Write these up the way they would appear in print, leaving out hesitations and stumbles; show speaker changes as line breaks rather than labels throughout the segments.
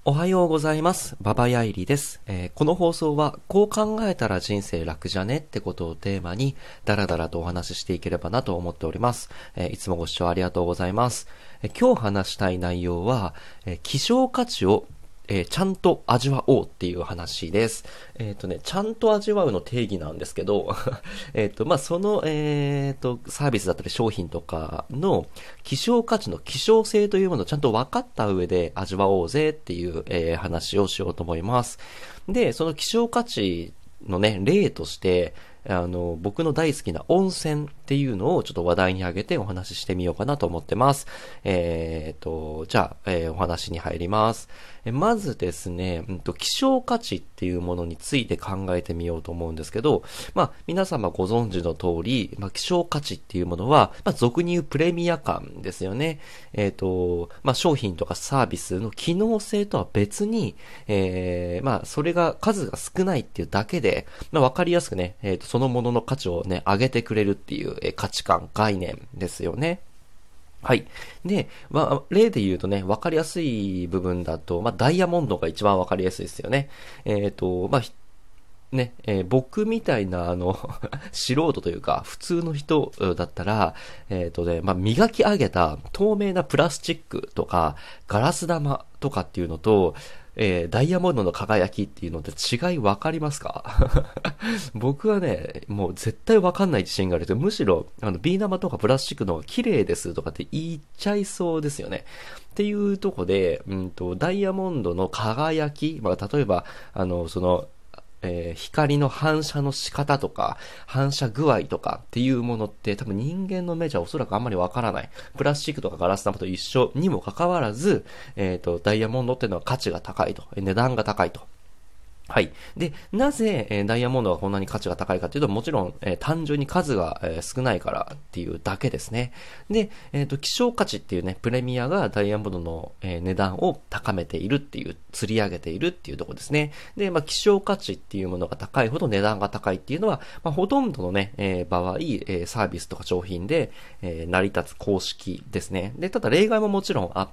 おはようございます。ババヤイリです。この放送はこう考えたら人生楽じゃねってことをテーマにダラダラとお話ししていければなと思っております。いつもご視聴ありがとうございます。今日話したい内容は、希少価値をちゃんと味わおうっていう話です。ちゃんと味わうの定義なんですけど、その、サービスだったり商品とかの希少価値の希少性というものをちゃんと分かった上で味わおうぜっていう、話をしようと思います。で、その希少価値のね、例として、僕の大好きな温泉っていうのをちょっと話題に挙げてお話ししてみようかなと思ってます。じゃあ、お話に入ります。まずですね、希少価値っていうものについて考えてみようと思うんですけど、皆様ご存知の通り、希少価値っていうものは、俗に言うプレミア感ですよね。商品とかサービスの機能性とは別に、それが数が少ないっていうだけで、わかりやすくね、そのものの価値をね、上げてくれるっていう、価値観、概念ですよね。はい。で、例で言うとね、わかりやすい部分だと、ダイヤモンドが一番わかりやすいですよね。僕みたいな、素人というか、普通の人だったら、磨き上げた透明なプラスチックとか、ガラス玉とかっていうのと、ダイヤモンドの輝きっていうのって違い分かりますか？僕はね、もう絶対分かんない自信があると、むしろ、ビー玉とかプラスチックの方が綺麗ですとかって言っちゃいそうですよね。っていうとこで、ダイヤモンドの輝き、例えば、光の反射の仕方とか、反射具合とかっていうものって多分人間の目じゃおそらくあんまりわからない。プラスチックとかガラス玉と一緒にもかかわらず、ダイヤモンドっていうのは価値が高いと。値段が高いと。はい。で、なぜ、ダイヤモンドがこんなに価値が高いかというと、もちろん、単純に数が、少ないからっていうだけですね。で、希少価値っていうね、プレミアがダイヤモンドの、値段を高めているっていう、釣り上げているっていうところですね。で、希少価値っていうものが高いほど値段が高いっていうのは、ほとんどのね、場合、サービスとか商品で、成り立つ公式ですね。で、ただ例外ももちろんあって、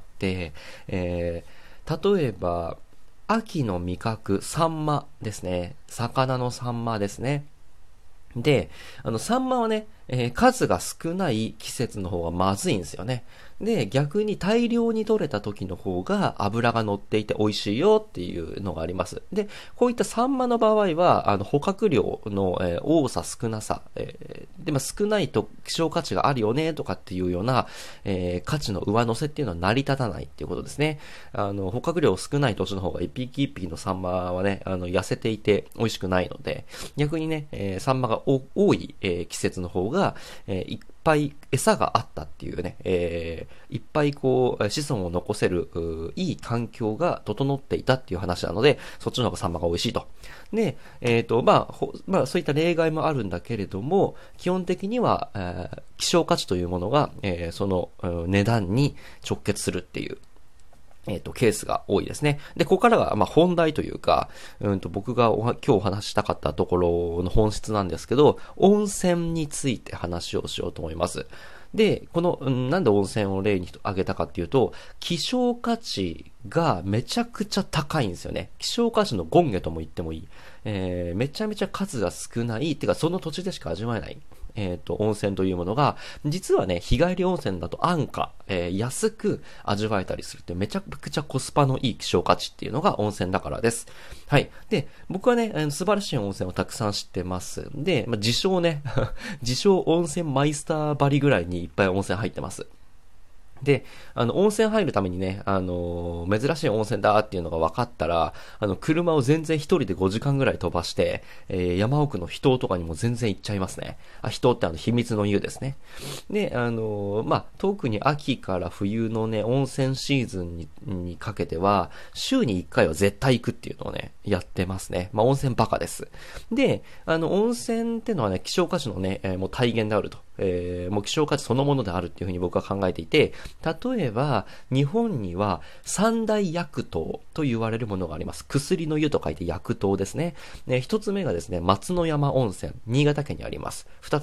例えば、秋の味覚、サンマですね。魚のサンマですね。で、サンマはね、数が少ない季節の方がまずいんですよね。で、逆に大量に取れた時の方が脂が乗っていて美味しいよっていうのがあります。で、こういったサンマの場合は、捕獲量の、多さ少なさ、少ないと希少価値があるよねとかっていうような、価値の上乗せっていうのは成り立たないっていうことですね。捕獲量少ない年の方が一匹一匹のサンマはね、痩せていて美味しくないので、逆にね、サンマが多い、季節の方が、いっぱい餌があったっていうね、いっぱいこう子孫を残せるいい環境が整っていたっていう話なので、そっちの方がサンマが美味しいと。で、そういった例外もあるんだけれども、基本的には、希少価値というものが、その値段に直結するっていうケースが多いですね。で、ここからが、本題というか、僕が今日お話ししたかったところの本質なんですけど、温泉について話をしようと思います。で、なんで温泉を例に挙げたかっていうと、希少価値がめちゃくちゃ高いんですよね。希少価値の権下とも言ってもいい。めちゃめちゃ数が少ない、てかその土地でしか味わえない。温泉というものが、実はね、日帰り温泉だと安価、安く味わえたりするってめちゃくちゃコスパのいい希少価値っていうのが温泉だからです。はい。で、僕はね、素晴らしい温泉をたくさん知ってます。で、自称ね、自称温泉マイスターばりぐらいにいっぱい温泉入ってます。で、温泉入るためにね、珍しい温泉だっていうのが分かったら、車を全然一人で5時間ぐらい飛ばして、山奥の秘湯とかにも全然行っちゃいますね。秘湯って秘密の湯ですね。で、特に秋から冬のね、温泉シーズンにかけては、週に1回は絶対行くっていうのをね、やってますね。温泉バカです。で、温泉ってのはね、希少価値のね、もう体現であると。もう希少価値そのものであるっていうふうに僕は考えていて、例えば日本には三大薬湯と言われるものがあります。薬の湯と書いて薬湯ですね。一つ目がですね、松之山温泉、新潟県にあります。二つ目、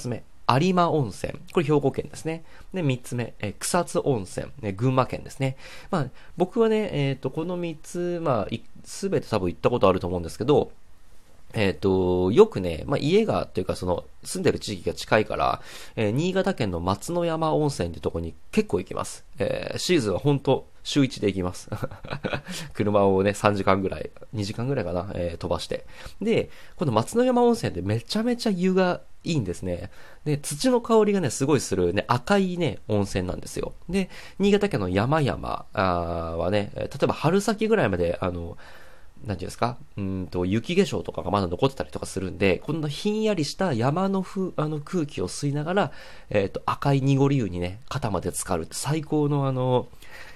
有馬温泉。これ兵庫県ですね。で、3つ目、草津温泉。群馬県ですね。まあ、僕はね、この3つ、まあ、すべて多分行ったことあると思うんですけど、よくね、まあ、家が、というかその、住んでる地域が近いから、新潟県の松野山温泉ってとこに結構行きます。シーズンは本当週1で行きます。車をね、3時間ぐらい、2時間ぐらいかな、飛ばして。で、この松野山温泉ってめちゃめちゃ湯がいいんですね。で、土の香りがね、すごいするね、赤いね、温泉なんですよ。で、新潟県の山々はね、例えば春先ぐらいまで、なんていうんですか雪化粧とかがまだ残ってたりとかするんで、こんなひんやりした山の空気を吸いながら、赤い濁り湯にね、肩まで浸かるって最高の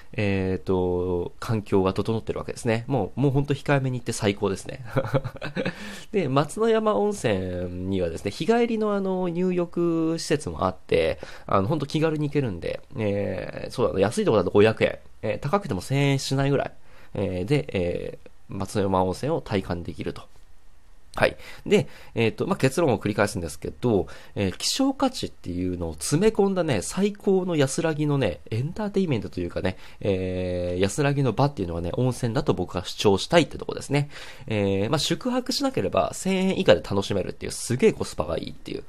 環境が整ってるわけですね。もうほんと控えめに行って最高ですね。で、松野山温泉にはですね、日帰りの入浴施設もあって、ほんと気軽に行けるんで、そうだな、安いところだと500円、高くても1000円しないぐらい、で、松野山温泉を体感できると。はい。で、まあ、結論を繰り返すんですけど、希少価値っていうのを詰め込んだね、最高の安らぎのね、エンターテインメントというかね、安らぎの場っていうのはね、温泉だと僕は主張したいってとこですね。まあ、宿泊しなければ1000円以下で楽しめるっていう、すげえコスパがいいっていう、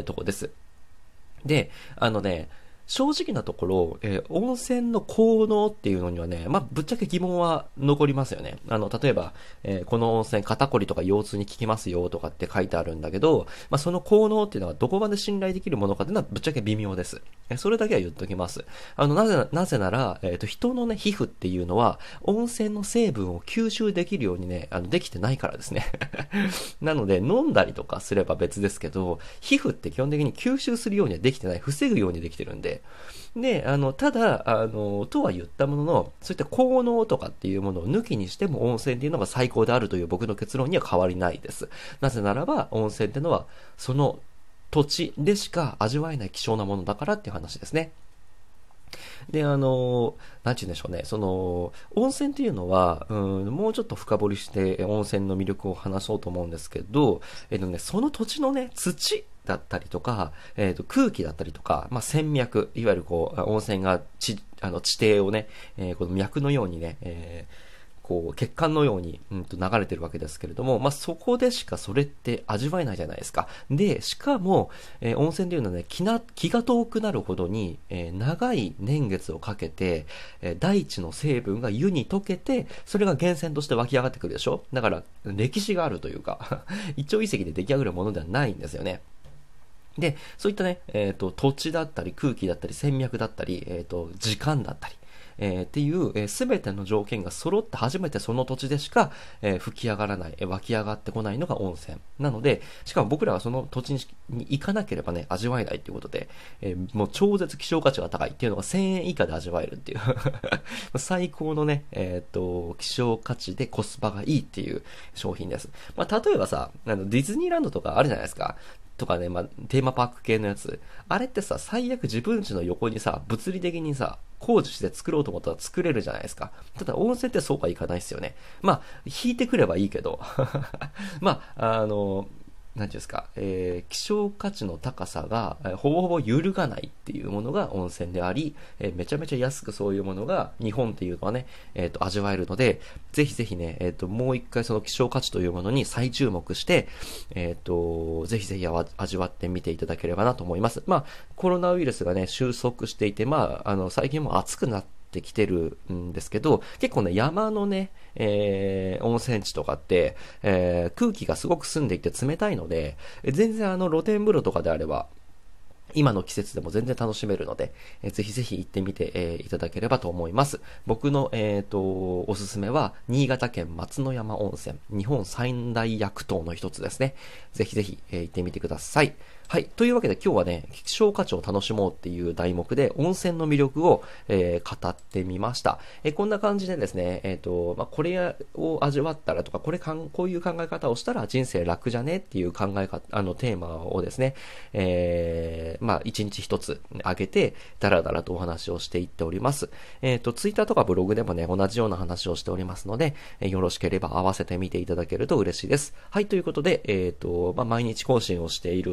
とこです。で、正直なところ、温泉の効能っていうのにはね、まあ、ぶっちゃけ疑問は残りますよね。例えば、この温泉肩こりとか腰痛に効きますよとかって書いてあるんだけど、まあ、その効能っていうのはどこまで信頼できるものかっていうのはぶっちゃけ微妙です。それだけは言っときます。なぜなら、人のね、皮膚っていうのは、温泉の成分を吸収できるようにね、できてないからですね。なので、飲んだりとかすれば別ですけど、皮膚って基本的に吸収するようにはできてない、防ぐようにできてるんで、で、ただ、とは言ったものの、そういった効能とかっていうものを抜きにしても温泉っていうのが最高であるという僕の結論には変わりないです。なぜならば、温泉っていうのは、その土地でしか味わえない希少なものだからっていう話ですね。で、なんて言うんでしょうね。温泉っていうのは、もうちょっと深掘りして温泉の魅力を話そうと思うんですけど、その土地のね、土だったりとか、空気だったりとか、まあ、泉脈、いわゆる温泉が地底をね、この脈のようにね、血管のように、流れてるわけですけれども、まあ、そこでしかそれって味わえないじゃないですか。で、しかも、温泉というのはね、気が遠くなるほどに、長い年月をかけて、大地の成分が湯に溶けて、それが源泉として湧き上がってくるでしょ。だから、歴史があるというか、一朝一夕で出来上がるものではないんですよね。で、そういったね、土地だったり空気だったり泉脈だったり、時間だったり、っていうすべての条件が揃って初めてその土地でしか、吹き上がらない、湧き上がってこないのが温泉なので、しかも僕らはその土地に行かなければね味わえないということで、もう超絶希少価値が高いっていうのが1000円以下で味わえるっていう最高のね、希少価値でコスパがいいっていう商品です。まあ、例えばさ、ディズニーランドとかあるじゃないですか。とかね、まあ、テーマパーク系のやつ。あれってさ、最悪自分家の横にさ、物理的にさ、工事して作ろうと思ったら作れるじゃないですか。ただ温泉ってそうはいかないですよね。まあ、引いてくればいいけど。まあ、なんていうんですか、希少価値の高さが、ほぼほぼ揺るがないっていうものが温泉であり、めちゃめちゃ安くそういうものが日本っていうのはね、味わえるので、ぜひぜひね、もう一回その希少価値というものに再注目して、ぜひぜひ味わってみていただければなと思います。まあ、コロナウイルスがね、収束していて、まあ、最近も暑くなってきてるんですけど、結構ね、山のね、温泉地とかって、空気がすごく澄んでいて冷たいので、全然露天風呂とかであれば、今の季節でも全然楽しめるので、ぜひぜひ行ってみて、いただければと思います。僕の、おすすめは、新潟県松野山温泉、日本三大薬湯の一つですね。ぜひぜひ、行ってみてください。はい。というわけで今日はね、希少価値を楽しもうっていう題目で温泉の魅力を、語ってみました。こんな感じでですね、まあ、これを味わったらとか、こういう考え方をしたら人生楽じゃねっていう考え方、テーマをですね、まあ、一日一つ上げて、だらだらとお話をしていっております。ツイッターとかブログでもね、同じような話をしておりますので、よろしければ合わせてみていただけると嬉しいです。はい、ということで、まあ、毎日更新をしているので、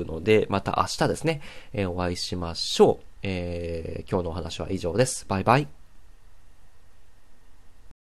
また明日ですね、お会いしましょう。今日のお話は以上です。バイバイ。